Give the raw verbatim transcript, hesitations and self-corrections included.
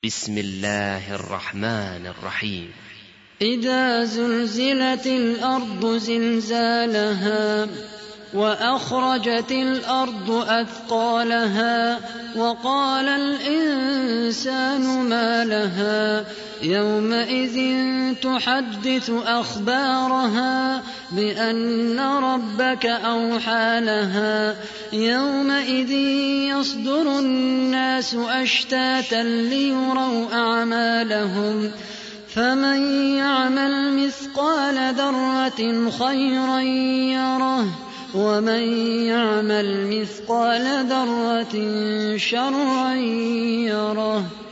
بسم الله الرحمن الرحيم. إذا زلزلت الأرض زلزالها وأخرجت الأرض أثقالها وقال الإنسان ما لها يومئذ تحدث أخبارها بأن ربك أوحى لها يومئذ يصدر الناس أشتاتا ليروا أعمالهم فمن يعمل مثقال ذرة خيرا يره ومن يعمل مثقال ذرة شرا يره.